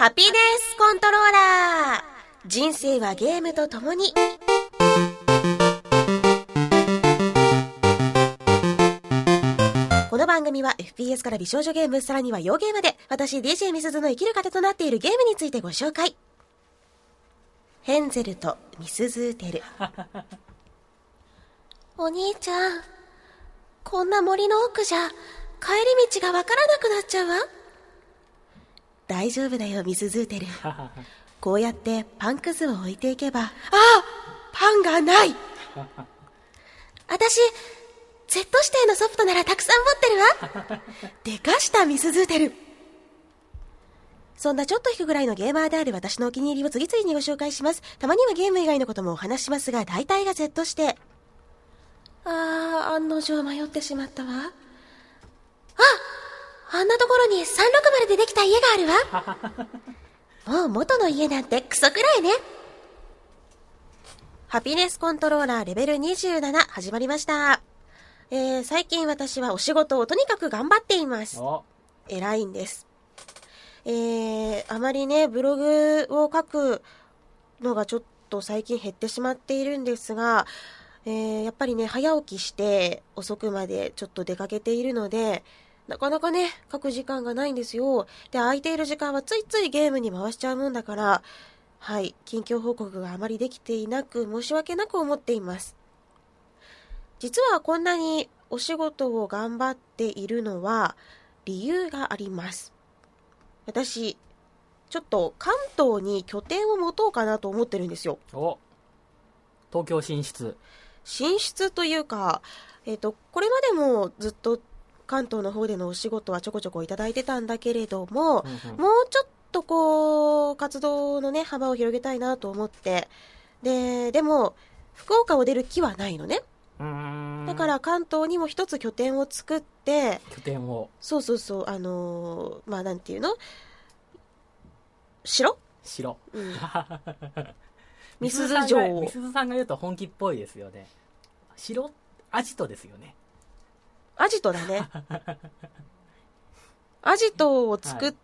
ハピネスコントローラー。人生はゲームとともに。この番組は FPS から美少女ゲーム、さらには洋ゲームで私 DJ みすずの生きる糧となっているゲームについてご紹介。ヘンゼルとミスズーテル。お兄ちゃん、こんな森の奥じゃ帰り道がわからなくなっちゃうわ。大丈夫だよミスズーテル。こうやってパンくずを置いていけば。パンがない。私Z 指定のソフトならたくさん持ってるわ。でかしたミスズーテル。そんなちょっと引くぐらいのゲーマーである私のお気に入りを次々にご紹介します。たまにはゲーム以外のこともお話しますが、大体が Z 指定。案の定迷ってしまったわ。あんなところに360でできた家があるわ。もう元の家なんてクソくらいね。ハピネスコントローラーレベル27始まりました。最近私はお仕事をとにかく頑張っています。偉いんです。あまりねブログを書くのがちょっと最近減ってしまっているんですが、やっぱりね早起きして遅くまでちょっと出かけているので、なかなかね書く時間がないんですよ。で、空いている時間はついついゲームに回しちゃうもんだから、近況報告があまりできていなく申し訳なく思っています。実はこんなにお仕事を頑張っているのは理由があります。私ちょっと関東に拠点を持とうかなと思ってるんですよ。 東京進出というか、 これまでもずっと関東の方でのお仕事はちょこちょこいただいてたんだけれども、もうちょっとこう活動のね幅を広げたいなと思って、でも福岡を出る気はないのね。だから関東にも一つ拠点を作って、そうなんていうの、城、 みすず城。みすずさんが言うと本気っぽいですよね。城、アジトですよね。 アジトだね。アジトを作って、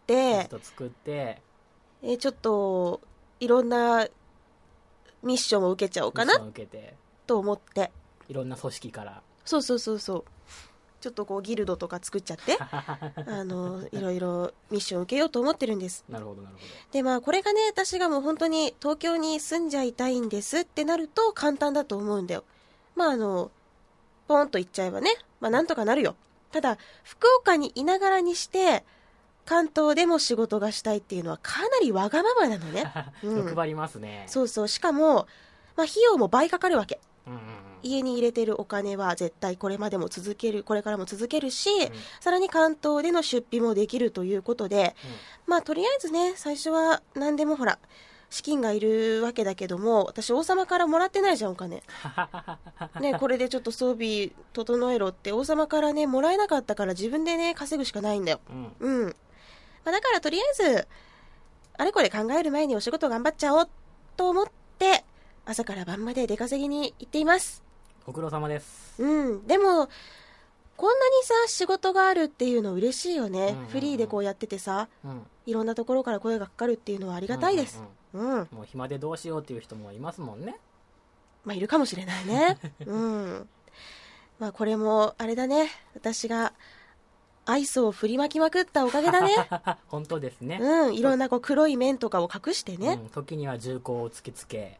ちょっといろんなミッションを受けちゃおうかなと思って、 いろんな組織からそうちょっとこうギルドとか作っちゃっていろいろミッションを受けようと思ってるんです。 なるほど。 で、これがね私がもう本当に東京に住んじゃいたいんですってなると簡単だと思うんだよ。ポンと行っちゃえばね、なんとかなるよ。ただ福岡にいながらにして関東でも仕事がしたいっていうのはかなりわがままなのね。 欲張りますね。 そうしかも、費用も倍かかるわけ。家に入れてるお金は絶対これからも続けるし、さらに関東での出費もできるということで、とりあえずね最初は何でもほら資金がいるわけだけども、私王様からもらってないじゃんお金ね。これでちょっと装備整えろって王様からねもらえなかったから、自分でね稼ぐしかないんだよ。だからとりあえずあれこれ考える前にお仕事頑張っちゃおうと思って朝から晩まで出稼ぎに行っています。 ご苦労様です。 でもこんなにさ仕事があるっていうの嬉しいよね。フリーでこうやっててさ、いろんなところから声がかかるっていうのはありがたいです。 もう暇でどうしようっていう人もいますもんね。 いるかもしれないね。これもあれだね、私がアイスを振りまきまくったおかげだね。 本当ですね。 いろんなこう黒い面とかを隠してね、 時には銃口を突きつけ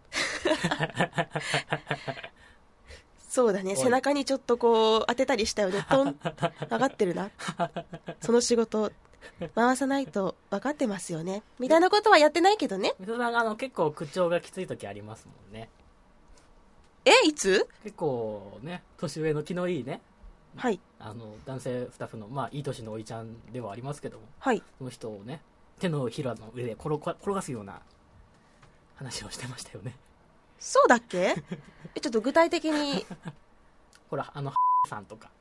そうだね、背中にちょっとこう当てたりしたよね。トン分かってるな、その仕事回さないと分かってますよねみたいなことはやってないけどね。 みすずさんが結構口調がきつい時ありますもんね。 いつ？ 結構ね年上の気のいいね、男性スタッフのいい年のおいちゃんではありますけども、その人をね手のひらの上で転がすような話をしてましたよね。 そうだっけ？ちょっと具体的にほらさんとか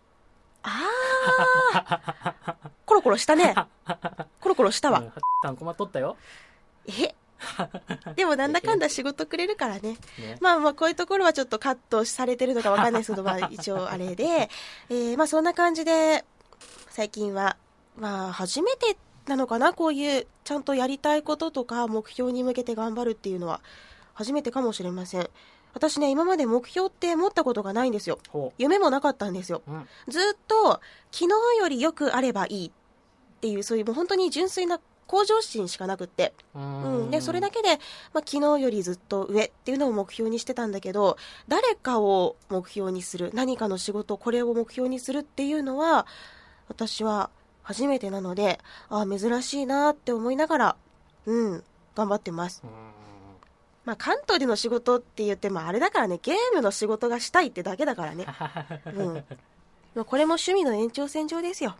コロコロしたね。コロコロしたわ。 さん困っとったよ。 でもなんだかんだ仕事くれるからね。こういうところはちょっとカットされてるのかわかんないですけど、一応あれで、そんな感じで最近は初めてっなのかな、こういうちゃんとやりたいこととか目標に向けて頑張るっていうのは初めてかもしれません。私ね、今まで目標って持ったことがないんですよ。夢もなかったんですよ、ずっと昨日よりよくあればいいっていう、そういうもう本当に純粋な向上心しかなくって、でそれだけで、昨日よりずっと上っていうのを目標にしてたんだけど、誰かを目標にする、何かの仕事、これを目標にするっていうのは私は初めてなので、珍しいなって思いながら、頑張ってます。関東での仕事って言ってもあれだからね、ゲームの仕事がしたいってだけだからね。これも趣味の延長線上ですよ。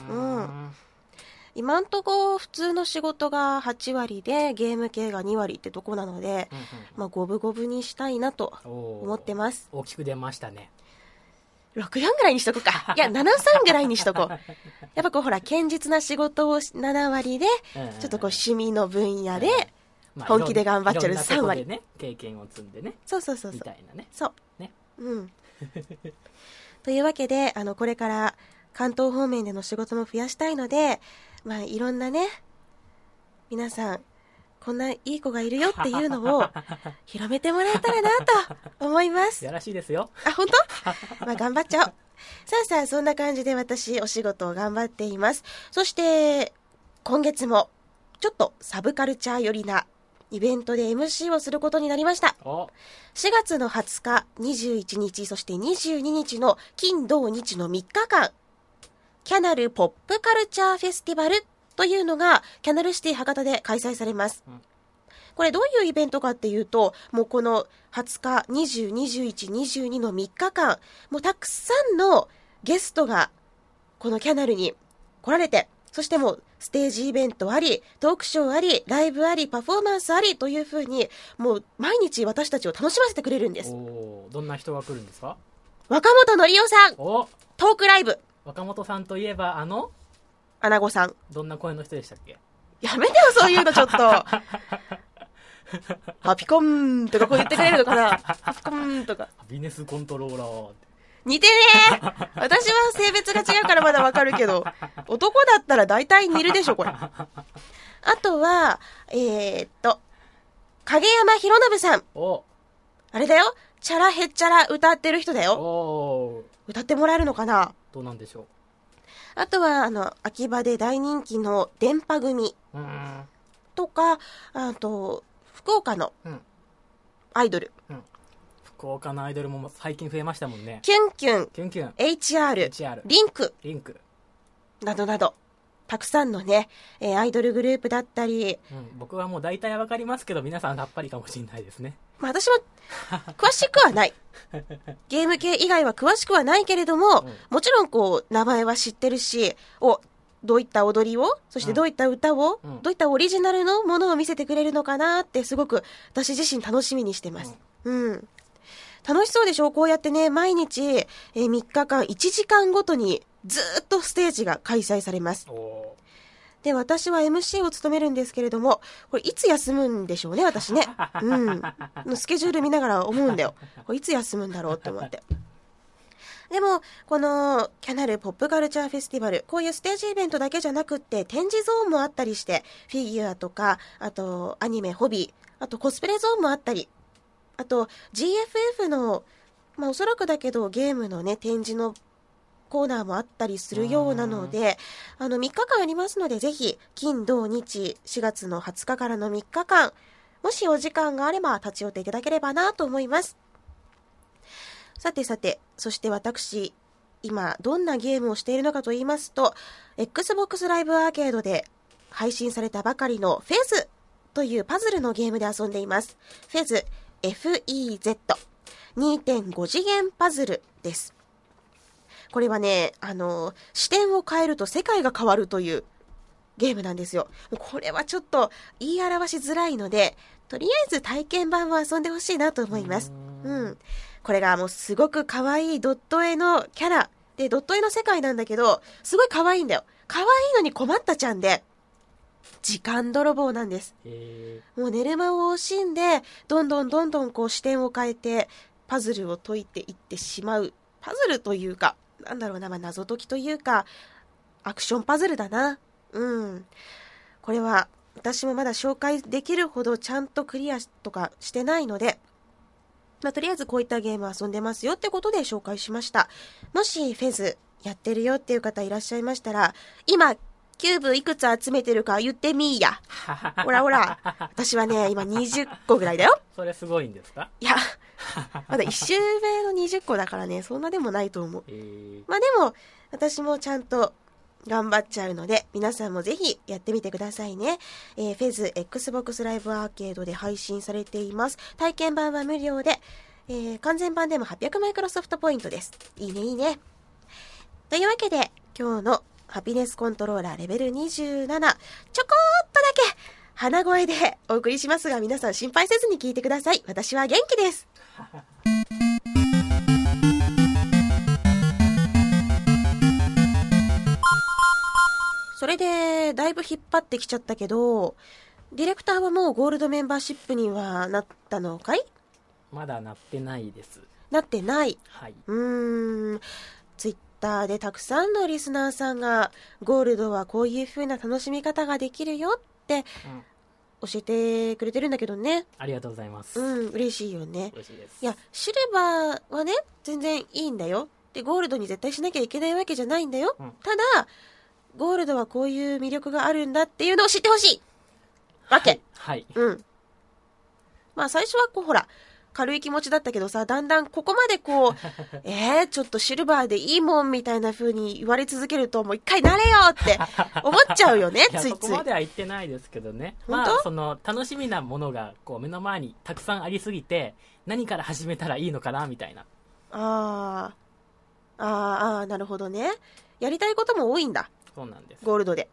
今んとこ普通の仕事が8割でゲーム系が2割ってとこなので、五分五分にしたいなと思ってます。 大きく出ましたね。 64ぐらいにしとこうか。いや、73ぐらいにしとこう。やっぱこうほら、堅実な仕事を7割で、ちょっとこう趣味の分野で、本気で頑張っちゃう3割。 ね、経験を積んでね。 そう。 みたいなね。 そう。ね。というわけで、これから関東方面での仕事も増やしたいので、いろんなね、皆さん、こんないい子がいるよっていうのを広めてもらえたらなと思います。 やらしいですよ。 本当？頑張っちゃおう。さあ、そんな感じで私、お仕事を頑張っています。そして、今月も、ちょっとサブカルチャー寄りなイベントで MC をすることになりました。4月の20日、21日、そして22日の金土日の3日間、キャナルポップカルチャーフェスティバルというのがキャナルシティ博多で開催されます。これどういうイベントかっていうと、もうこの20日、20、21、22の3日間、もうたくさんのゲストがこのキャナルに来られて、そしてもうステージイベントあり、トークショーあり、ライブあり、パフォーマンスありというふうに、もう毎日私たちを楽しませてくれるんです。 どんな人が来るんですか？ 若本のりおさん、トークライブ。 若本さんといえばアナゴさん。 どんな声の人でしたっけ？ やめてよ、そういうのちょっと。ハピコンとかこう言ってくれるのかな。ハピコンとか。 ハピネスコントローラー。 似てねえ。私は性別が違うからまだわかるけど、男だったら大体似るでしょ、これ。あとは、影山博信さん。あれだよ。チャラヘッチャラ歌ってる人だよ。歌ってもらえるのかな？ どうなんでしょう。 あとは、秋葉で大人気の電波組とか、あと、福岡のアイドル。 福岡のアイドルも最近増えましたもんね。 キュンキュン、 HR、 リンク、などなど、たくさんのね、アイドルグループだったり、 僕はもう大体わかりますけど、皆さんさっぱりかもしれないですね。 私も詳しくはない。ゲーム系以外は詳しくはないけれども、もちろんこう名前は知ってるし、どういった踊りを、そしてどういった歌を、どういったオリジナルのものを見せてくれるのかなってすごく私自身楽しみにしてます。楽しそうでしょ？こうやってね、毎日、3日間1時間ごとにずっとステージが開催されます。で、私は MC を務めるんですけれども、これいつ休むんでしょうね、私ね。スケジュール見ながら思うんだよ。これいつ休むんだろうって思って。でも、このキャナルポップカルチャーフェスティバル、こういうステージイベントだけじゃなくって、展示ゾーンもあったりして、フィギュアとか、あとアニメ、ホビー、あとコスプレゾーンもあったり、あと GFF の、おそらくだけどゲームのね、展示のコーナーもあったりするようなので、3日間ありますので、ぜひ金土日4月の20日からの3日間、もしお時間があれば立ち寄っていただければなと思います。さて、そして私今どんなゲームをしているのかと言いますと、 Xbox ライブアーケードで配信されたばかりのフェズというパズルのゲームで遊んでいます。フェズ FEZ 2.5 次元パズルです。これはね、視点を変えると世界が変わるというゲームなんですよ。これはちょっと言い表しづらいので、とりあえず体験版を遊んでほしいなと思います。これがもうすごく可愛いドット絵のキャラで、ドット絵の世界なんだけど、すごい可愛いんだよ。可愛いのに困ったちゃんで、時間泥棒なんです。もう寝る間を惜しんで、どんどんこう視点を変えてパズルを解いていってしまう。パズルというか、なんだろうな、謎解きというか、アクションパズルだな。 これは私もまだ紹介できるほどちゃんとクリアとかしてないので、とりあえずこういったゲーム遊んでますよってことで紹介しました。もしフェズやってるよっていう方いらっしゃいましたら、今キューブいくつ集めてるか言ってみーや。ほらほら。私はね、今20個ぐらいだよ。 それすごいんですか？ いや、まだ1周目の20個だからね、そんなでもないと思う。でも、私もちゃんと頑張っちゃうので、皆さんもぜひやってみてくださいね。フェズ Xbox ライブアーケードで配信されています。体験版は無料で、完全版でも800マイクロソフトポイントです。いいねいいね。というわけで、今日のハピネスコントローラーレベル27、ちょこーっとだけ鼻声でお送りしますが、皆さん心配せずに聞いてください。私は元気です。それでだいぶ引っ張ってきちゃったけど、ディレクターはもうゴールドメンバーシップにはなったのかい？ まだなってないです。 なってない。 はい。 ツイッターでたくさんのリスナーさんがゴールドはこういう風な楽しみ方ができるよって教えてくれてるんだけどね。 ありがとうございます。 嬉しいよね。 嬉しいです。 いや、シルバーはね全然いいんだよ。でゴールドに絶対しなきゃいけないわけじゃないんだよ。ただゴールドはこういう魅力があるんだっていうのを知ってほしいわけ。 はい。 最初はこうほら軽い気持ちだったけどさ、だんだんここまでこうちょっとシルバーでいいもんみたいな風に言われ続けると、もう一回なれよって思っちゃうよね。ついつい。 そこまでは言ってないですけどね。その楽しみなものがこう目の前にたくさんありすぎて、何から始めたらいいのかなみたいな。 なるほどね。やりたいことも多いんだ。 そうなんです。 ゴールドで。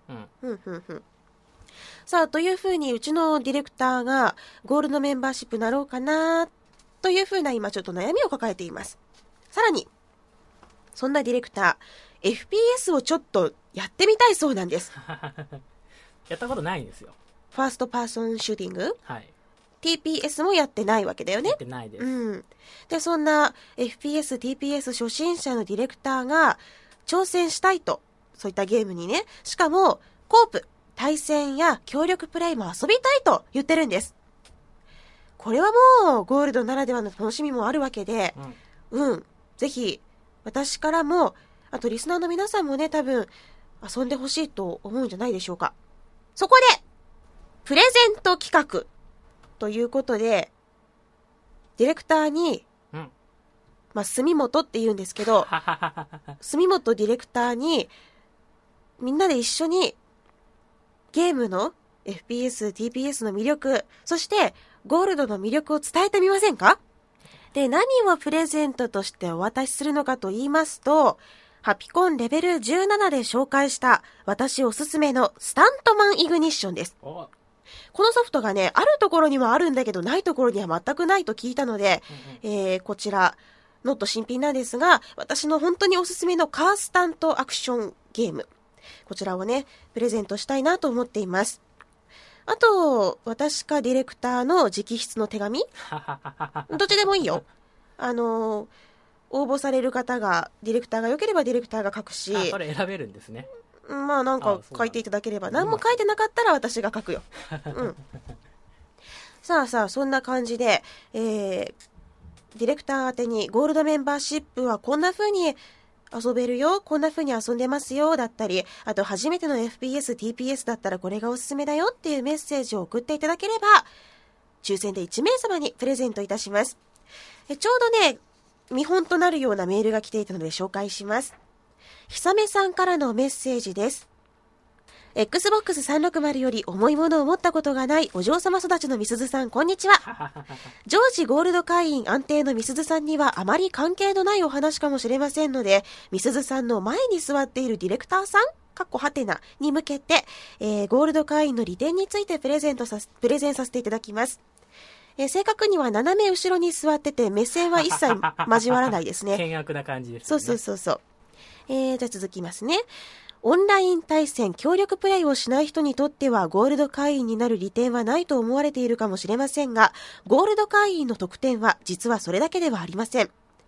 さあ、という風にうちのディレクターがゴールドメンバーシップなろうかなという風な今ちょっと悩みを抱えています。さらに、そんなディレクター、FPS をちょっとやってみたいそうなんです。 やったことないんですよ。 ファーストパーソンシューティング？ はい。 TPS もやってないわけだよね。 やってないです。 で、そんな FPS、TPS 初心者のディレクターが挑戦したいと、そういったゲームにね、しかもコープ、対戦や協力プレイも遊びたいと言ってるんです。これはもうゴールドならではの楽しみもあるわけで、ぜひ私からも、あとリスナーの皆さんもね、多分遊んでほしいと思うんじゃないでしょうか。そこでプレゼント企画ということで、ディレクターに、住本って言うんですけど住本ディレクターにみんなで一緒にゲームの FPS、TPS の魅力、そしてゴールドの魅力を伝えてみませんか？で、何をプレゼントとしてお渡しするのかと言いますと、ハピコンレベル17で紹介した私おすすめのスタントマンイグニッションです。このソフトがね、あるところにはあるんだけどないところには全くないと聞いたので、こちらノット新品なんですが、私の本当におすすめのカースタントアクションゲーム、こちらをねプレゼントしたいなと思っています。あと私かディレクターの直筆の手紙どっちでもいいよ。応募される方がディレクターが良ければディレクターが書くし、 それ選べるんですね。 なんか書いていただければ、何も書いてなかったら私が書くよ。さあそんな感じで、ディレクター宛てにゴールドメンバーシップはこんな風に遊べるよ、こんな風に遊んでますよだったり、あと初めての FPS、TPS だったらこれがおすすめだよっていうメッセージを送っていただければ、抽選で1名様にプレゼントいたします。ちょうどね、見本となるようなメールが来ていたので紹介します。ひさめさんからのメッセージです。Xbox 360より重いものを持ったことがないお嬢様育ちのみすずさん、こんにちは。常時ゴールド会員安定のみすずさんにはあまり関係のないお話かもしれませんので、みすずさんの前に座っているディレクターさんに向けて、ゴールド会員の利点についてプレゼンさせていただきます。正確には斜め後ろに座ってて目線は一切交わらないですね。 険悪な感じですね。 そう。じゃあ続きますね。オンライン対戦、協力プレイをしない人にとってはゴールド会員になる利点はないと思われているかもしれませんが、ゴールド会員の特典は実はそれだけではありません。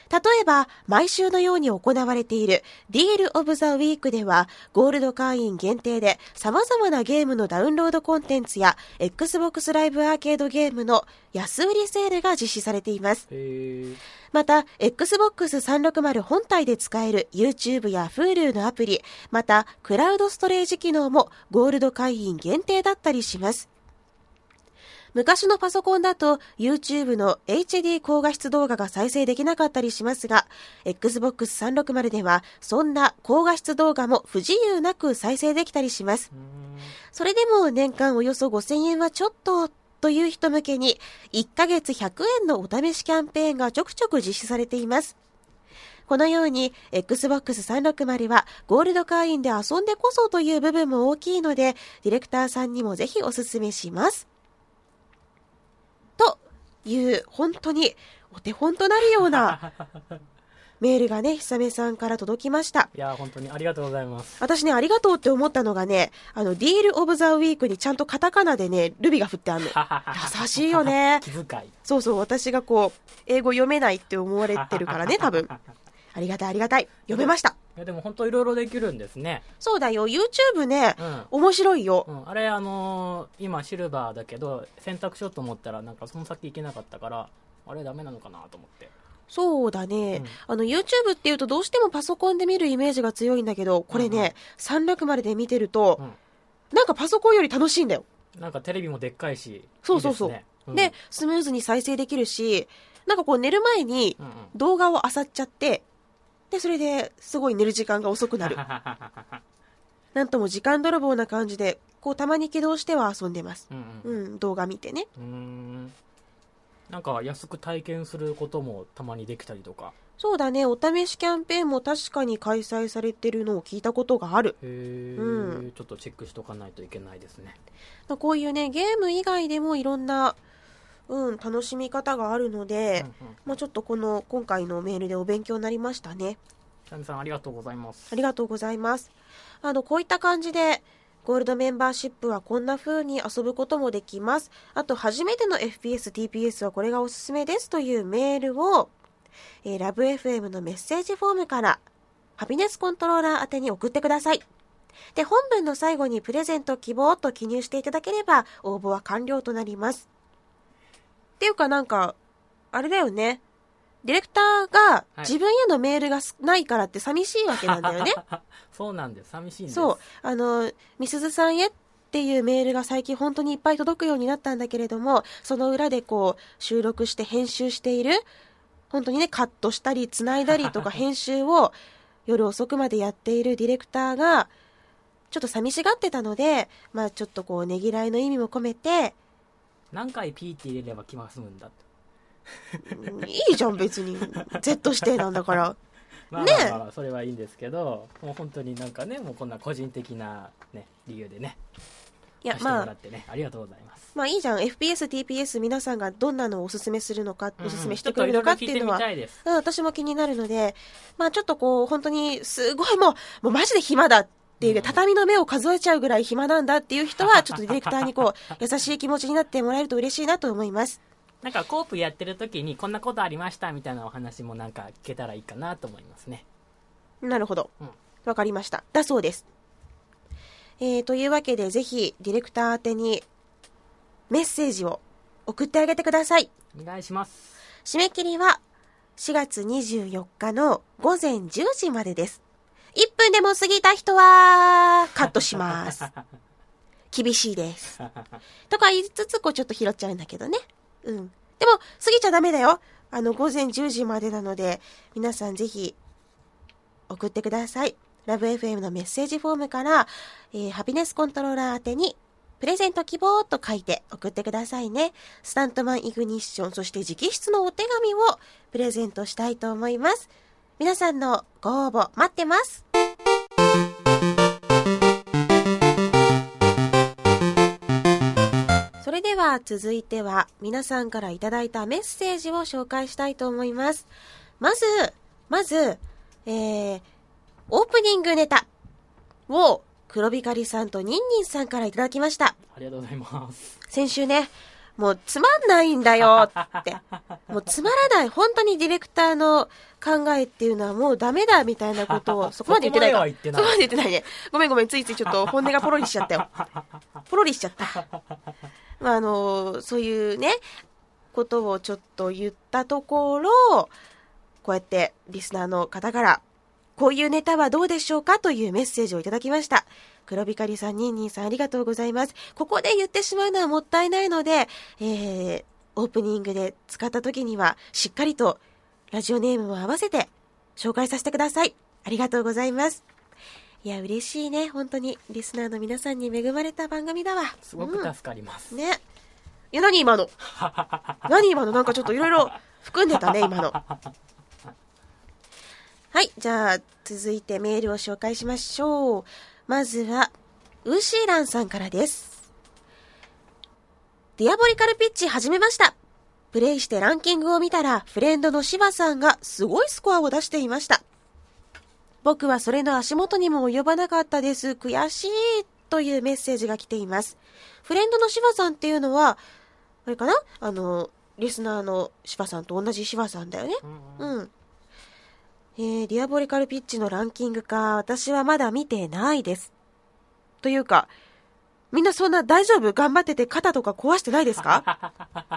例えば、毎週のように行われているディール・オブ・ザ・ウィークでは、ゴールド会員限定で様々なゲームのダウンロードコンテンツや Xbox ライブアーケードゲームの安売りセールが実施されています。また、Xbox 360本体で使える YouTube や Hulu のアプリ、また、クラウドストレージ機能もゴールド会員限定だったりします。昔のパソコンだと YouTube の HD 高画質動画が再生できなかったりしますが、Xbox 360ではそんな高画質動画も不自由なく再生できたりします。それでも年間およそ5000円はちょっとという人向けに1ヶ月100円のお試しキャンペーンがちょくちょく実施されています。このように Xbox 360はゴールド会員で遊んでこそという部分も大きいので、ディレクターさんにもぜひおすすめします。という本当にお手本となるようなメールがね、久米さんから届きました。 いや本当にありがとうございます。 私ね、ありがとうって思ったのがね、ディール・オブ・ザ・ウィークにちゃんとカタカナでね、ルビが振ってあるの。優しいよね。 気遣い。 そうそう、私がこう英語読めないって思われてるからね、多分。ありがたいありがたい。読めました。 いやでも本当いろいろできるんですね。 そうだよ、 YouTube ね、面白いよ。 あれ今シルバーだけど選択しようと思ったらなんかその先行けなかったから、あれダメなのかなと思って。 そうだね、YouTube っていうとどうしてもパソコンで見るイメージが強いんだけど、これね、360で見てると、なんかパソコンより楽しいんだよ。 なんかテレビもでっかいし、 そうそうそう、いいですね。でスムーズに再生できるし、なんかこう寝る前に動画を漁っちゃって、でそれですごい寝る時間が遅くなるなんとも時間泥棒な感じで、こうたまに起動しては遊んでます。動画見てね。 なんか安く体験することもたまにできたりとか。 そうだね、お試しキャンペーンも確かに開催されてるのを聞いたことがある。 ちょっとチェックしとかないといけないですね。 こういうね、ゲーム以外でもいろんな楽しみ方があるので、ちょっと今回のメールでお勉強になりましたね。 久美さんありがとうございます。 ありがとうございます。こういった感じでゴールドメンバーシップはこんな風に遊ぶこともできます。あと初めての FPS、TPS はこれがおすすめですというメールを、ラブ FM のメッセージフォームからハピネスコントローラー宛てに送ってください。で、本文の最後にプレゼント希望と記入していただければ応募は完了となります。っていうかなんかあれだよね、ディレクターが自分へのメールがないからって寂しいわけなんだよね。 そうなんです、寂しいんです。 そう、みすずさんへっていうメールが最近本当にいっぱい届くようになったんだけれども、その裏でこう収録して編集している、本当にね、カットしたり繋いだりとか編集を夜遅くまでやっているディレクターがちょっと寂しがってたので、ちょっとこうねぎらいの意味も込めて、 何回ピーって入れれば気が済むんだといいじゃん別に Z 指定なんだからまあそれはいいんですけど、もう本当になんかね、もうこんな個人的な、ね、理由でね、いやしてもらってね、ありがとうございます。 いいじゃん。 FPS、TPS 皆さんがどんなのをおすすめするのか、おすすめしてくれるのかっていうのは、私も気になるので、ちょっとこう本当にすごいもうマジで暇だっていう、畳の目を数えちゃうぐらい暇なんだっていう人はちょっとディレクターにこう優しい気持ちになってもらえると嬉しいなと思います。 なんかコープやってる時にこんなことありましたみたいなお話もなんか聞けたらいいかなと思いますね。 なるほど、わかりました。だそうです。というわけでぜひディレクター宛てにメッセージを送ってあげてください。 お願いします。 締め切りは4月24日の午前10時までです。1分でも過ぎた人はカットします厳しいですとか言いつつ、こうちょっと拾っちゃうんだけどね。でも過ぎちゃダメだよ。午前10時までなので、皆さんぜひ送ってください。ラブ FM のメッセージフォームから、ハピネスコントローラー宛てにプレゼント希望と書いて送ってくださいね。スタントマンイグニッション、そして直筆のお手紙をプレゼントしたいと思います。皆さんのご応募待ってます。それでは続いては皆さんからいただいたメッセージを紹介したいと思います。まず、オープニングネタを黒光さんとニンニンさんからいただきました。 ありがとうございます。 先週ね、 もうつまんないんだよって。もうつまらない。本当にディレクターの考えっていうのはもうダメだみたいなことを、そこまで言ってないか。そこまで言ってないね。ごめん、ついついちょっと本音がポロリしちゃったよ。ポロリしちゃった。まあそういうね、ことをちょっと言ったところ、こうやってリスナーの方から、こういうネタはどうでしょうかというメッセージをいただきました。黒光さん、ニンニンさんありがとうございます。ここで言ってしまうのはもったいないので、オープニングで使った時にはしっかりとラジオネームも合わせて紹介させてください。ありがとうございます。いや、嬉しいね。本当にリスナーの皆さんに恵まれた番組だわ。 すごく助かります。 ね。いや、何今のなんかちょっといろいろ含んでたね、今の。はい、じゃあ続いてメールを紹介しましょう。まずはウーシーランさんからです。ディアボリカルピッチ始めました。プレイしてランキングを見たらフレンドのシバさんがすごいスコアを出していました。僕はそれの足元にも及ばなかったです。悔しいというメッセージが来ています。フレンドのシバさんっていうのはあれかな、リスナーのシバさんと同じシバさんだよね。うん。ディアボリカルピッチのランキングか、私はまだ見てないです。というか、みんなそんな大丈夫？頑張ってて肩とか壊してないですか？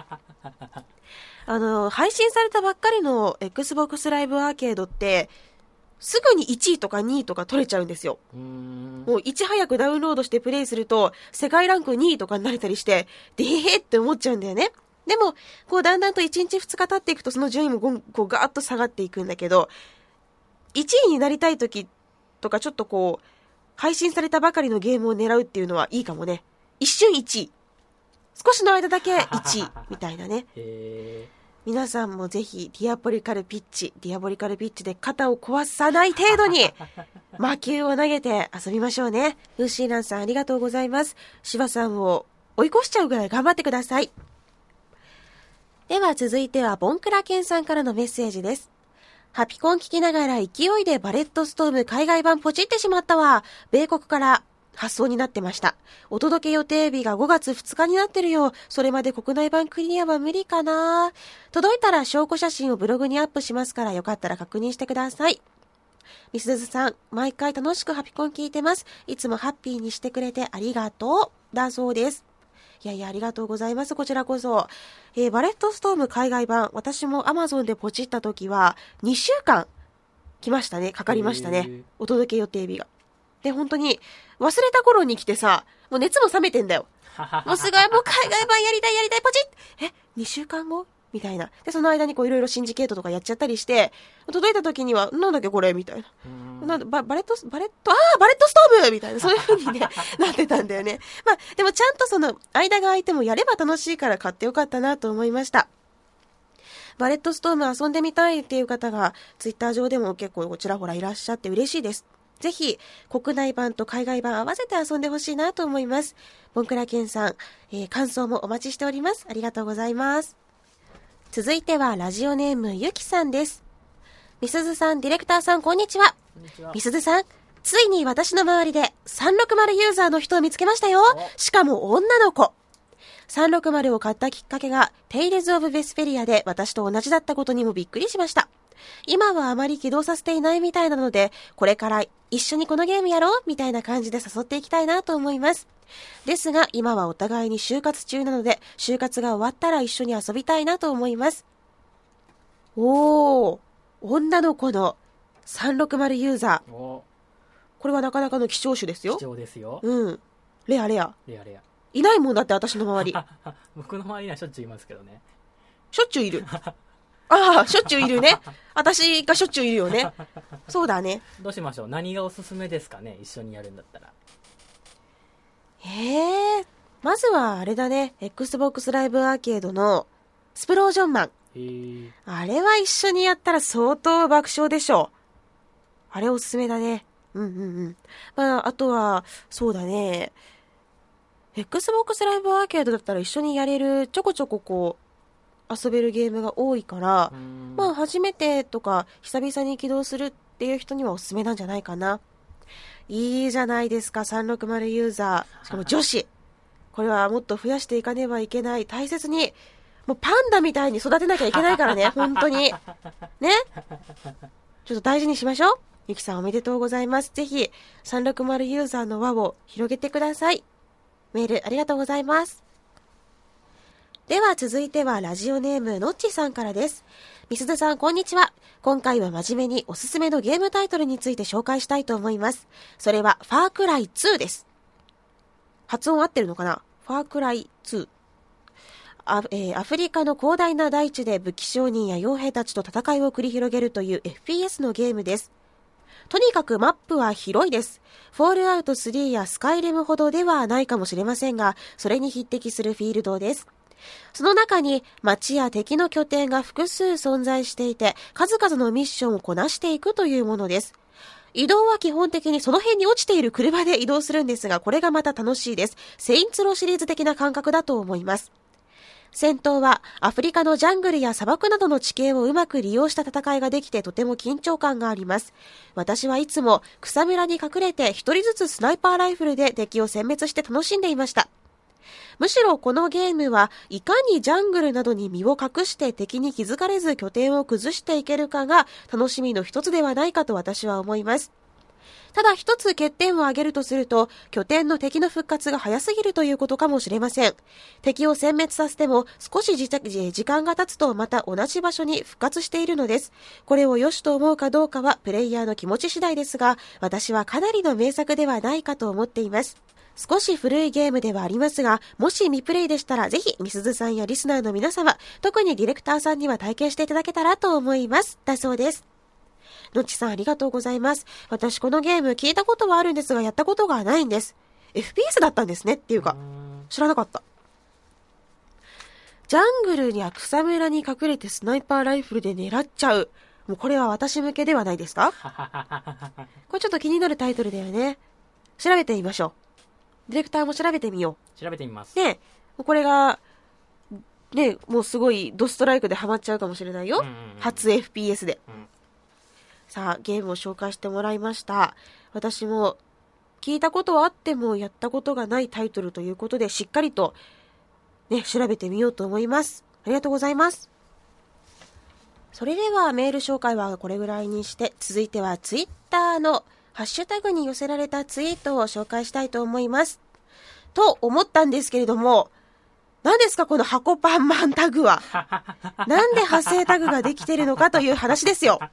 配信されたばっかりの Xbox ライブアーケードって、すぐに1位とか2位とか取れちゃうんですよ。もういち早くダウンロードしてプレイすると、世界ランク2位とかになれたりして、でーって思っちゃうんだよね。でも、こうだんだんと1日2日経っていくとその順位もこうガーッと下がっていくんだけど、1位になりたい時とかちょっとこう配信されたばかりのゲームを狙うっていうのはいいかもね。一瞬1位、少しの間だけ1位みたいなね。皆さんもぜひディアボリカルピッチで肩を壊さない程度に魔球を投げて遊びましょうね。ウーシーランさんありがとうございます。シバさんを追い越しちゃうぐらい頑張ってください。では続いてはボンクラケンさんからのメッセージです。ハピコン聞きながら勢いでバレットストーム海外版ポチってしまったわ。米国から発送になってました。お届け予定日が5月2日になってるよ。それまで国内版クリアは無理かな。届いたら証拠写真をブログにアップしますから、よかったら確認してください。みすずさん、毎回楽しくハピコン聞いてます。いつもハッピーにしてくれてありがとう。だそうです。いやありがとうございます。こちらこそ。バレットストーム海外版、私も Amazon でポチった時は2週間来ましたね。かかりましたね。お届け予定日が。で、本当に忘れた頃に来てさ、もう熱も冷めてんだよ。もうすごい、もう海外版やりたい、ポチッ2週間後みたいな。で、その間にこういろいろシンジケートとかやっちゃったりして、届いた時には、なんだっけこれみたいな。バレットストームみたいな、そういう風にね、なってたんだよね。まあ、でもちゃんとその、間が空いてもやれば楽しいから買ってよかったなと思いました。バレットストーム遊んでみたいっていう方が、ツイッター上でも結構ちらほらいらっしゃって嬉しいです。ぜひ、国内版と海外版合わせて遊んでほしいなと思います。ボンクラケンさん、感想もお待ちしております。ありがとうございます。続いてはラジオネームゆきさんです。みすずさん、ディレクターさん、こんにちは。みすずさん、ついに私の周りで360ユーザーの人を見つけましたよ。しかも女の子。360を買ったきっかけがテイルズ・オブ・ベスフェリアで私と同じだったことにもびっくりしました。今はあまり起動させていないみたいなので、これから一緒にこのゲームやろうみたいな感じで誘っていきたいなと思います。ですが今はお互いに就活中なので、就活が終わったら一緒に遊びたいなと思います。おー、女の子の360ユーザー。これはなかなかの希少種ですよ。 貴重ですよ。 うん。レア。 いないもんだって、私の周り。 僕の周りにはしょっちゅういますけどね。 しょっちゅういる。ああ、しょっちゅういるね。私がしょっちゅういるよね。そうだね。 どうしましょう。何がおすすめですかね、一緒にやるんだったら。 まずはあれだね。Xbox ライブアーケードのスプロージョンマン。あれは一緒にやったら相当爆笑でしょう。あれおすすめだね。まあ、あとは、そうだね。Xbox ライブアーケードだったら一緒にやれる、ちょこちょここう、遊べるゲームが多いから、まあ、初めてとか、久々に起動するっていう人にはおすすめなんじゃないかな。いいじゃないですか、360ユーザー。しかも女子。 これはもっと増やしていかねばいけない。大切に、もうパンダみたいに育てなきゃいけないからね、本当に。ね。ちょっと大事にしましょう。ゆきさんおめでとうございます。ぜひ、360ユーザーの輪を広げてください。メールありがとうございます。では続いてはラジオネームのっちさんからです。みすずさんこんにちは。今回は真面目におすすめのゲームタイトルについて紹介したいと思います。それはファークライ2です。発音合ってるのかな？ファークライ2。アフリカの広大な大地で武器商人や傭兵たちと戦いを繰り広げるという FPS のゲームです。とにかくマップは広いです。フォールアウト3やスカイリムほどではないかもしれませんが、それに匹敵するフィールドです。その中に街や敵の拠点が複数存在していて、数々のミッションをこなしていくというものです。移動は基本的にその辺に落ちている車で移動するんですが、これがまた楽しいです。セインツローシリーズ的な感覚だと思います。戦闘はアフリカのジャングルや砂漠などの地形をうまく利用した戦いができてとても緊張感があります。私はいつも草むらに隠れて一人ずつスナイパーライフルで敵を殲滅して楽しんでいました。むしろこのゲームはいかにジャングルなどに身を隠して敵に気づかれず拠点を崩していけるかが楽しみの一つではないかと私は思います。ただ一つ欠点を挙げるとすると、拠点の敵の復活が早すぎるということかもしれません。敵を殲滅させても少し時間が経つとまた同じ場所に復活しているのです。これを良しと思うかどうかはプレイヤーの気持ち次第ですが、私はかなりの名作ではないかと思っています。少し古いゲームではありますが、もし未プレイでしたらぜひみすずさんやリスナーの皆様、特にディレクターさんには体験していただけたらと思います。だそうです。のっちさんありがとうございます。私このゲーム聞いたことはあるんですがやったことがないんです。 FPS だったんですねっていうか知らなかった。ジャングルや草むらに隠れてスナイパーライフルで狙っちゃう。もうこれは私向けではないですか？これちょっと気になるタイトルだよね。調べてみましょう。ディレクターも調べてみよう。調べてみます。 ね、これがね、もうすごいドストライクでハマっちゃうかもしれないよ。初 FPS で。さあ、ゲームを紹介してもらいました。私も聞いたことはあってもやったことがないタイトルということで、しっかりとね、調べてみようと思います。ありがとうございます。それではメール紹介はこれぐらいにして、続いてはツイッターのハッシュタグに寄せられたツイートを紹介したいと思います。と思ったんですけれども、何ですかこの箱パンマンタグは。なんで派生タグができてるのかという話ですよ。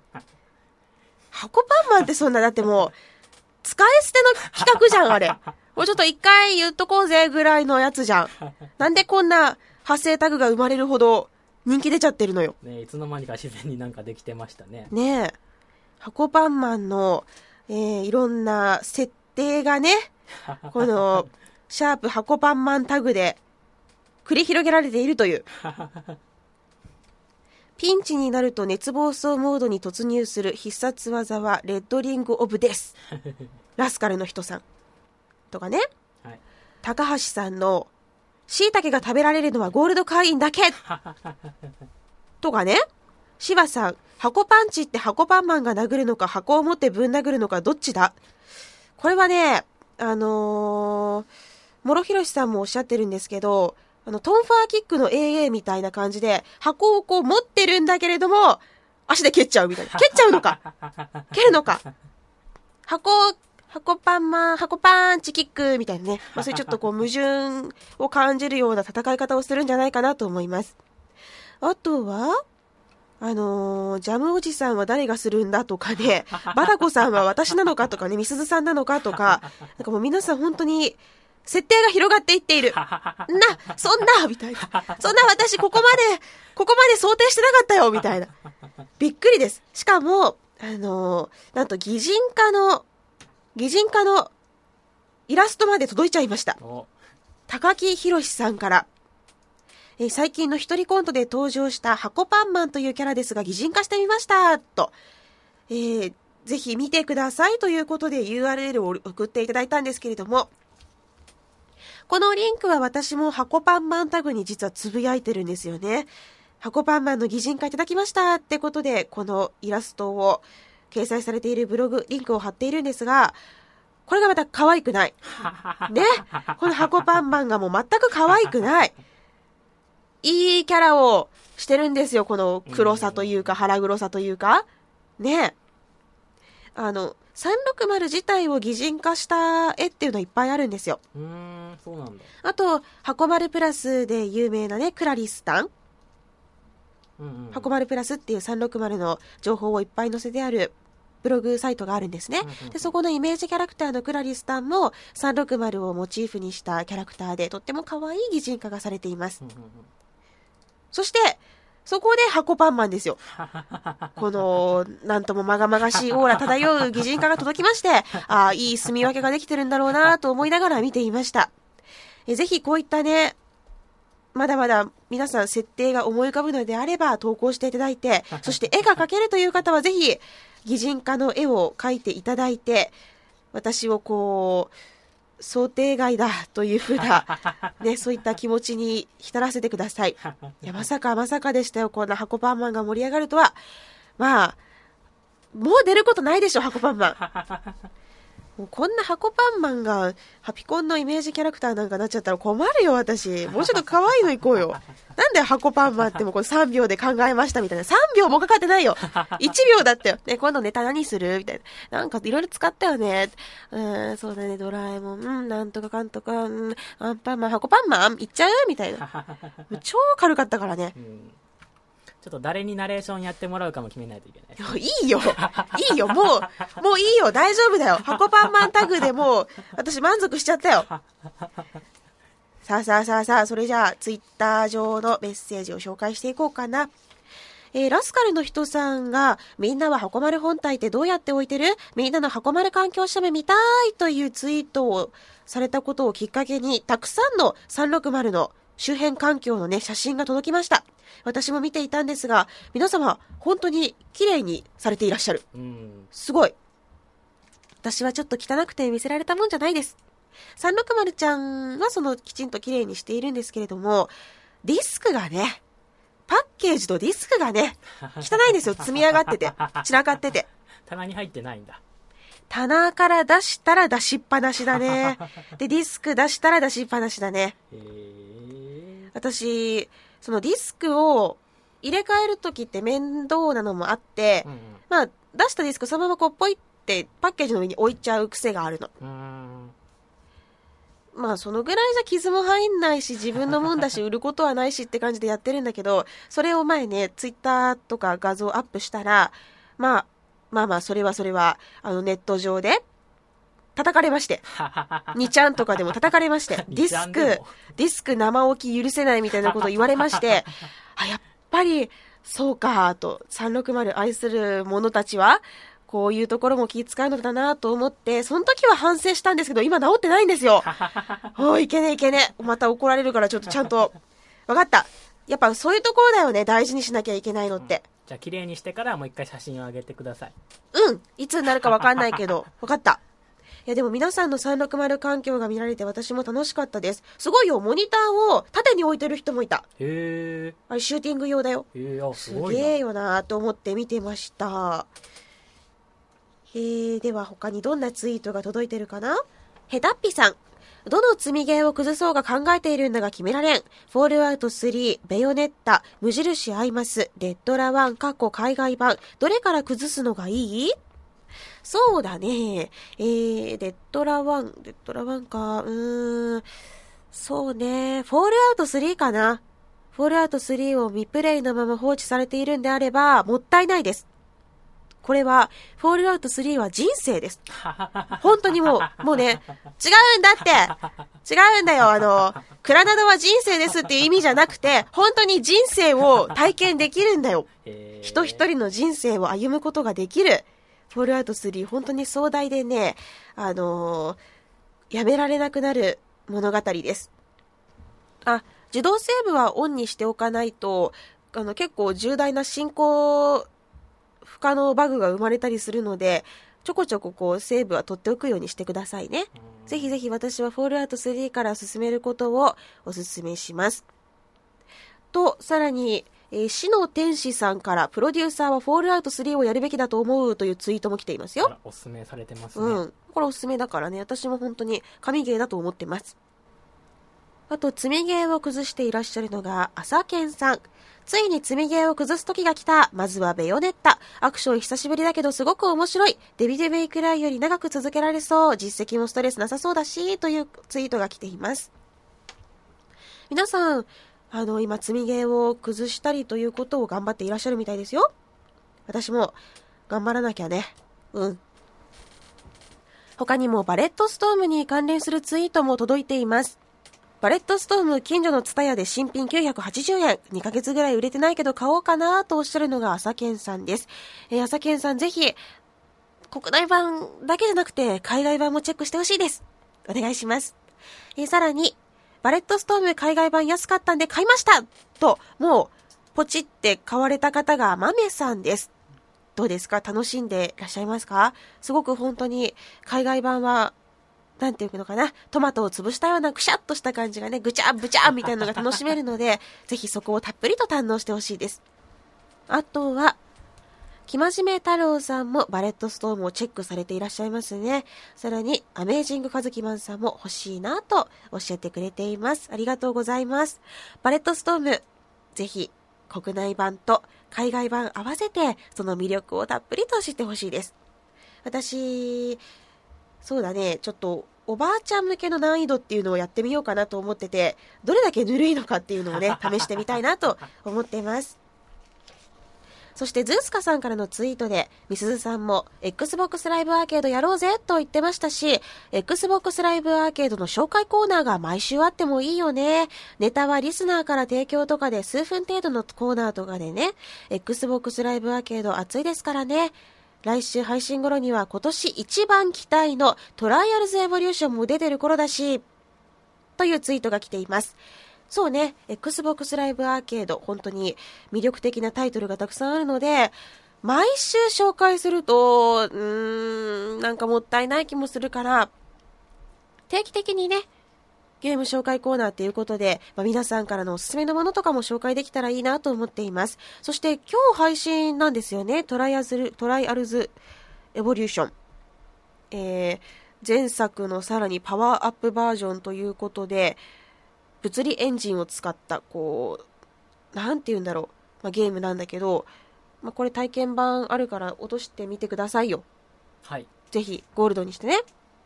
箱パンマンってそんな、だってもう、使い捨ての企画じゃん、あれ。もうちょっと一回言っとこうぜぐらいのやつじゃん。なんでこんな派生タグが生まれるほど人気出ちゃってるのよ。 ね、いつの間にか自然になんかできてましたね。 ねえ。箱パンマンの、いろんな設定がね、この、シャープ箱パンマンタグで繰り広げられているという。ピンチになると熱暴走モードに突入する必殺技はレッドリングオブデス。ラスカルの人さん。とかね。はい、高橋さんの椎茸が食べられるのはゴールド会員だけ。とかね。柴さん、箱パンチって箱パンマンが殴るのか箱を持ってぶん殴るのかどっちだ？これはね、諸広さんもおっしゃってるんですけど、トンファーキックの AA みたいな感じで、箱をこう持ってるんだけれども、足で蹴っちゃうみたいな。蹴っちゃうのか蹴るのか箱パンチキックみたいなね。まあ、それちょっとこう矛盾を感じるような戦い方をするんじゃないかなと思います。あとは、ジャムおじさんは誰がするんだとかね、バタコさんは私なのかとかね、みすずさんなのかとか、なんかもう皆さん本当に、設定が広がっていっている。そんなみたいな。そんな私ここまで想定してなかったよみたいな。びっくりです。しかも、なんと擬人化のイラストまで届いちゃいました。高木宏さんから。最近の一人コントで登場した箱パンマンというキャラですが擬人化してみましたと。ぜひ見てくださいということで URL を送っていただいたんですけれども、このリンクは私も箱パンマンタグに実はつぶやいてるんですよね。箱パンマンの擬人化いただきましたってことで、このイラストを掲載されているブログ、リンクを貼っているんですが、 これがまた可愛くない。ね。この箱パンマンがもう全く可愛くない。いいキャラをしてるんですよ。この黒さというか、腹黒さというか。ね。360自体を擬人化した絵っていうのはいっぱいあるんですよ。 そうなんだ。 あと、箱丸プラスで有名なね、クラリスタン。箱丸プラスっていう360の情報をいっぱい載せてあるブログサイトがあるんですね。で、そこのイメージキャラクターのクラリスタンも360をモチーフにしたキャラクターでとっても可愛い擬人化がされています。そして、そこで箱パンマンですよ。この、なんともまがまがしいオーラ漂う擬人化が届きまして、いい住み分けができてるんだろうなと思いながら見ていました。ぜひこういったね、まだまだ皆さん設定が思い浮かぶのであれば投稿していただいて、そして絵が描けるという方はぜひ擬人化の絵を描いていただいて、私をこう、想定外だというふうな、ね、そういった気持ちに浸らせてください。いや、まさかでしたよ。こんな箱パンマンが盛り上がるとは。まあ、もう出ることないでしょ、箱パンマン。もうこんな箱パンマンがハピコンのイメージキャラクターなんかなっちゃったら困るよ、私。もうちょっと可愛いの行こうよ。なんで箱パンマンってもこれ3秒で考えましたみたいな。3秒もかかってないよ。1秒だったよ。ね、今度ネタ何するみたいな。なんかいろいろ使ったよね。そうだね、ドラえもん、なんとかかんとか、アンパンマン、箱パンマン行っちゃうみたいな。超軽かったからね。 ちょっと誰にナレーションやってもらうかも決めないといけない。 いいよ。いいよ。もういいよ。大丈夫だよ。箱パンマンタグでもう、私満足しちゃったよ。さあ、それじゃあ、ツイッター上のメッセージを紹介していこうかな。ラスカルの人さんが、みんなは箱丸本体ってどうやって置いてる？みんなの箱丸環境写メ見たいというツイートをされたことをきっかけに、たくさんの360の周辺環境のね、写真が届きました。私も見ていたんですが、皆様、本当に綺麗にされていらっしゃる。すごい。私はちょっと汚くて見せられたもんじゃないです。360ちゃんはきちんと綺麗にしているんですけれども、ディスクがね、パッケージとディスクがね、汚いんですよ。積み上がってて、散らかってて。 棚に入ってないんだ。 棚から出したら出しっぱなしだね。で、ディスク出したら出しっぱなしだね。私、そのディスクを入れ替えるときって面倒なのもあって、まあ、出したディスクそのままこうポイってパッケージの上に置いちゃう癖があるの。まあ、そのぐらいじゃ傷も入んないし、自分のもんだし、売ることはないしって感じでやってるんだけど、それを前ね、ツイッターとか画像アップしたら、まあ、それは、ネット上で、叩かれまして。2ちゃんとかでも叩かれまして。ディスク生置き許せないみたいなことを言われまして、やっぱり、そうか、と、360愛する者たちは、こういうところも気遣うのだなと思って、その時は反省したんですけど、今治ってないんですよ。いけねえ。また怒られるからちょっとちゃんと。わかった。やっぱそういうところだよね、大事にしなきゃいけないのって。 じゃあ綺麗にしてからもう一回写真を上げてください。 いつになるかわかんないけど、わかった。いやでも皆さんの360環境が見られて私も楽しかったです。すごいよ、モニターを縦に置いてる人もいた。 へー。 あれシューティング用だよ。 すごいな。 すげえよなと思って見てました。では他にどんなツイートが届いてるかな。ヘタッピさん。どの積みゲーを崩そうが考えているんだが決められん。フォールアウト3、ベヨネッタ、無印アイマス、レッドラ1、海外版。どれから崩すのがいい？そうだね。レッドラ1か。そうね。フォールアウト3かな。フォールアウト3を未プレイのまま放置されているんであれば、もったいないです。これは、フォールアウト3は人生です。本当にもうね、違うんだって。違うんだよ。クラナドは人生ですっていう意味じゃなくて、本当に人生を体験できるんだよ。人一人の人生を歩むことができる。フォールアウト3、本当に壮大でね、やめられなくなる物語です。自動セーブはオンにしておかないと、結構重大な進行不可能バグが生まれたりするので、ちょこちょここうセーブは取っておくようにしてくださいね。ぜひぜひ私はフォールアウト3から進めることをお勧めします。と、さらに、 死の天使さんからプロデューサーはフォールアウト3をやるべきだと思うというツイートも来ていますよ。 おすすめされてますね。 これおすすめだからね、私も本当に神ゲーだと思ってます。あと積みゲーを崩していらっしゃるのが朝健さん。ついに積みゲーを崩す時が来た。まずはベヨネッタ。アクション久しぶりだけどすごく面白い。デビルメイクライより長く続けられそう。実績もストレスなさそうだし、というツイートが来ています。皆さん、今積みゲーを崩したりということを頑張っていらっしゃるみたいですよ。私も頑張らなきゃね。他にもバレットストームに関連するツイートも届いています。バレットストーム近所のツタヤで新品980円。2ヶ月ぐらい売れてないけど買おうかなとおっしゃるのが朝健さんです。朝健さんぜひ国内版だけじゃなくて海外版もチェックしてほしいです。お願いします。さらにバレットストーム海外版安かったんで買いましたと、もうポチって買われた方がマメさんです。どうですか？楽しんでいらっしゃいますか？すごく本当に海外版はなんていうのかな、トマトを潰したようなくしゃっとした感じがね、ぐちゃぶちゃみたいなのが楽しめるのでぜひそこをたっぷりと堪能してほしいです。あとは生真面目太郎さんもバレットストームをチェックされていらっしゃいますね。さらにアメージングカズキマンさんも欲しいなと教えてくれています。ありがとうございます。バレットストームぜひ国内版と海外版合わせてその魅力をたっぷりと知ってほしいです。私そうだね、ちょっとおばあちゃん向けの難易度っていうのをやってみようかなと思ってて、どれだけぬるいのかっていうのをね試してみたいなと思っています。そしてズースカさんからのツイートでみすずさんも Xbox ライブアーケードやろうぜと言ってましたし、 Xbox ライブアーケードの紹介コーナーが毎週あってもいいよね。ネタはリスナーから提供とかで数分程度のコーナーとかでね。 Xbox ライブアーケード熱いですからね。来週配信頃には今年一番期待のトライアルズエボリューションも出てる頃だし、というツイートが来ています。そうね、Xbox ライブアーケード本当に魅力的なタイトルがたくさんあるので、毎週紹介するとなんかもったいない気もするから、定期的にねゲーム紹介コーナーということで、皆さんからのおすすめのものとかも紹介できたらいいなと思っています。そして今日配信なんですよね、トライアルズエボリューション、前作のさらにパワーアップバージョンということで、物理エンジンを使ったなんていうんだろう、ゲームなんだけど、これ体験版あるから落としてみてくださいよ。 はい、 ぜひゴールドにしてね。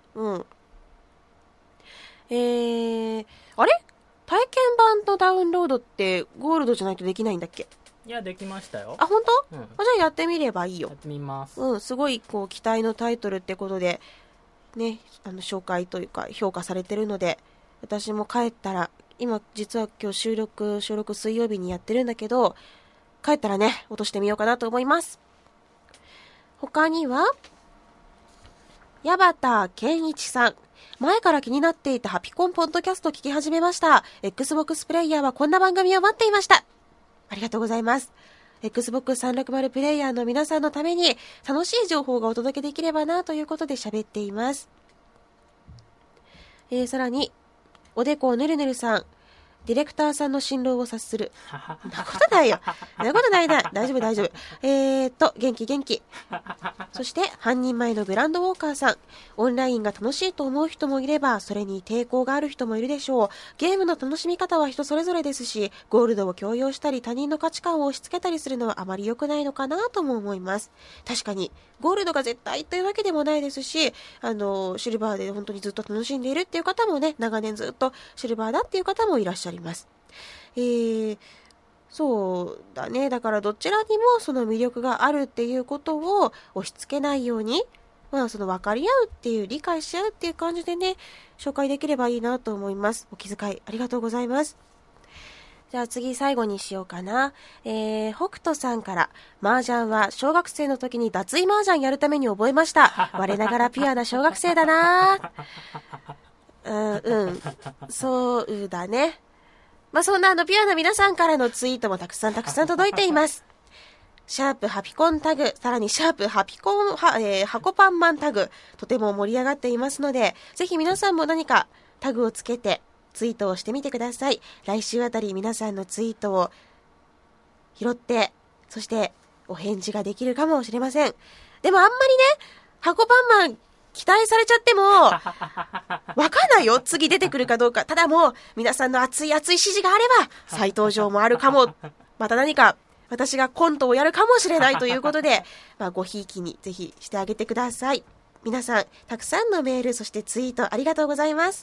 あれ体験版のダウンロードってゴールドじゃないとできないんだっけ？ いや、できましたよ。 あ、本当？じゃあやってみればいいよ。 やってみます。 すごい期待のタイトルってことでね、紹介というか評価されてるので、私も帰ったら、実は今日収録水曜日にやってるんだけど、帰ったらね落としてみようかなと思います。他には矢端健一さん、前から気になっていたハピコンポッドキャスト聞き始めました。 Xbox プレイヤーはこんな番組を待っていました。ありがとうございます。 Xbox360 プレイヤーの皆さんのために楽しい情報がお届けできればなということで喋っています。さらにおでこぬるぬるさん、ディレクターさんの辛労を察する。そんなことないよ。そんなことないな。大丈夫。元気。そして、半人前のグランドウォーカーさん。オンラインが楽しいと思う人もいれば、それに抵抗がある人もいるでしょう。ゲームの楽しみ方は人それぞれですし、ゴールドを強要したり、他人の価値観を押し付けたりするのはあまり良くないのかなとも思います。確かに、ゴールドが絶対というわけでもないですし、シルバーで本当にずっと楽しんでいるっていう方もね、長年ずっとシルバーだっていう方もいらっしゃいます。そうだね。だからどちらにもその魅力があるっていうことを押し付けないように、その分かり合うっていう、理解し合うっていう感じでね、紹介できればいいなと思います。お気遣いありがとうございます。じゃあ次最後にしようかな。北斗さんから、麻雀は小学生の時に脱衣麻雀やるために覚えました。我ながらピュアな小学生だな。そうだね。そんなピュアな皆さんからのツイートもたくさん届いています。シャープハピコンタグ、さらにシャープハピコン、箱パンマンタグ、とても盛り上がっていますので、ぜひ皆さんも何かタグをつけてツイートをしてみてください。来週あたり皆さんのツイートを拾って、そしてお返事ができるかもしれません。でもあんまりね、箱パンマン期待されちゃっても、わかんないよ。次出てくるかどうか。ただもう、皆さんの熱い熱い指示があれば、再登場もあるかも。また何か、私がコントをやるかもしれないということで、ごひいきにぜひしてあげてください。皆さん、たくさんのメール、そしてツイートありがとうございます。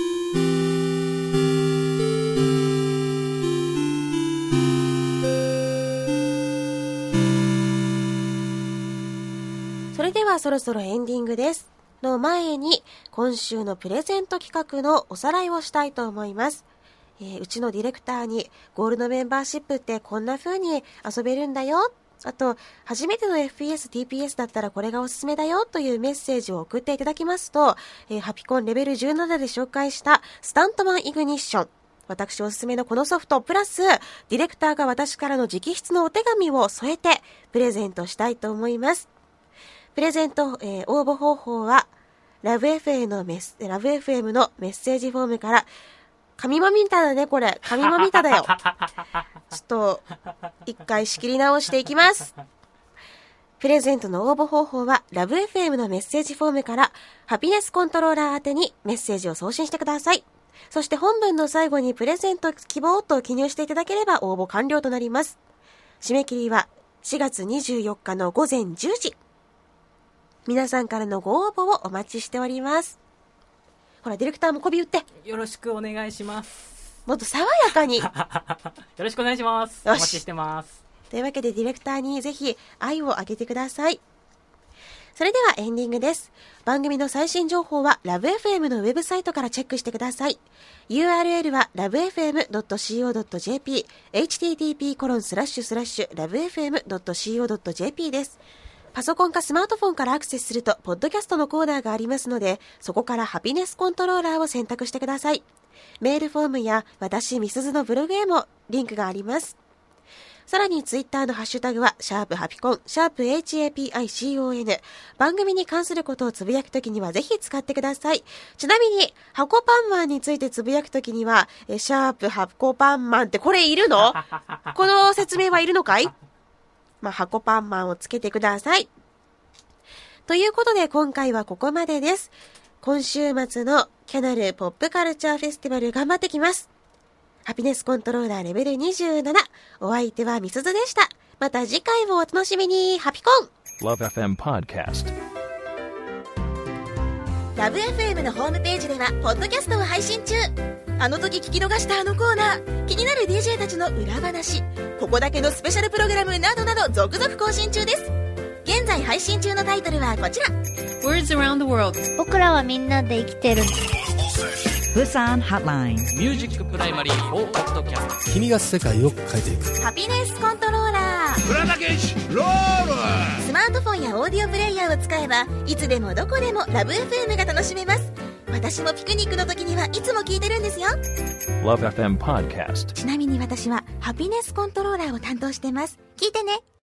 それではそろそろエンディングです。の前に、今週のプレゼント企画のおさらいをしたいと思います。うちのディレクターに、ゴールドメンバーシップってこんな風に遊べるんだよ。あと、初めての FPS、TPS だったらこれがおすすめだよというメッセージを送っていただきますと、ハピコンレベル17で紹介したスタントマンイグニッション。私おすすめのこのソフト、プラス、ディレクターが私からの直筆のお手紙を添えて、プレゼントしたいと思います。プレゼント、応募方法は、ラブ FM のメッセージフォームから、紙まみただね、これ。紙まみただよ。ちょっと、一回仕切り直していきます。プレゼントの応募方法は、ラブ FM のメッセージフォームから、ハピネスコントローラー宛てにメッセージを送信してください。そして本文の最後にプレゼント希望と記入していただければ応募完了となります。締め切りは4月24日の午前10時。皆さんからのご応募をお待ちしております。ほら、ディレクターも媚び打って。 よろしくお願いします。 もっと爽やかに。よろしくお願いします。お待ちしてます。 というわけでディレクターにぜひ愛をあげてください。それではエンディングです。番組の最新情報はラブ FM のウェブサイトからチェックしてください。URL は lovefm.co.jp http://lovefm.co.jp です。パソコンかスマートフォンからアクセスすると、ポッドキャストのコーナーがありますので、そこからハピネスコントローラーを選択してください。メールフォームや私、みすずのブログへもリンクがあります。さらにツイッターのハッシュタグは、ハピコン、#HAPICON。番組に関することをつぶやくときにはぜひ使ってください。ちなみに、箱パンマンについてつぶやくときには、箱パンマンってこれいるの？この説明はいるのかい？箱パンマンをつけてください。ということで今回はここまでです。今週末のキャナルポップカルチャーフェスティバル頑張ってきます。ハピネスコントローラーレベル27。お相手はみすずでした。また次回もお楽しみに。ハピコン LoveFM Podcast。 ラブ FM のホームページではポッドキャストを配信中。あの時聞き逃したあのコーナー、気になる DJ たちの裏話、ここだけのスペシャルプログラムなどなど続々更新中です。現在配信中のタイトルはこちら。 Words Around the World。 僕らはみんなで生きてる。 ブサンハッライン。 ミュージックプライマリー4ポッドキャスト。 君が世界を変えていく。 ハピネスコントローラー。 プラダケシロール。 スマートフォンやオーディオプレイヤーを使えばいつでもどこでもラブ FM が楽しめます。私もピクニックの時にはいつも聞いてるんですよ。 LoveFM Podcast。 ちなみに私はハピネスコントローラーを担当してます。聞いてね。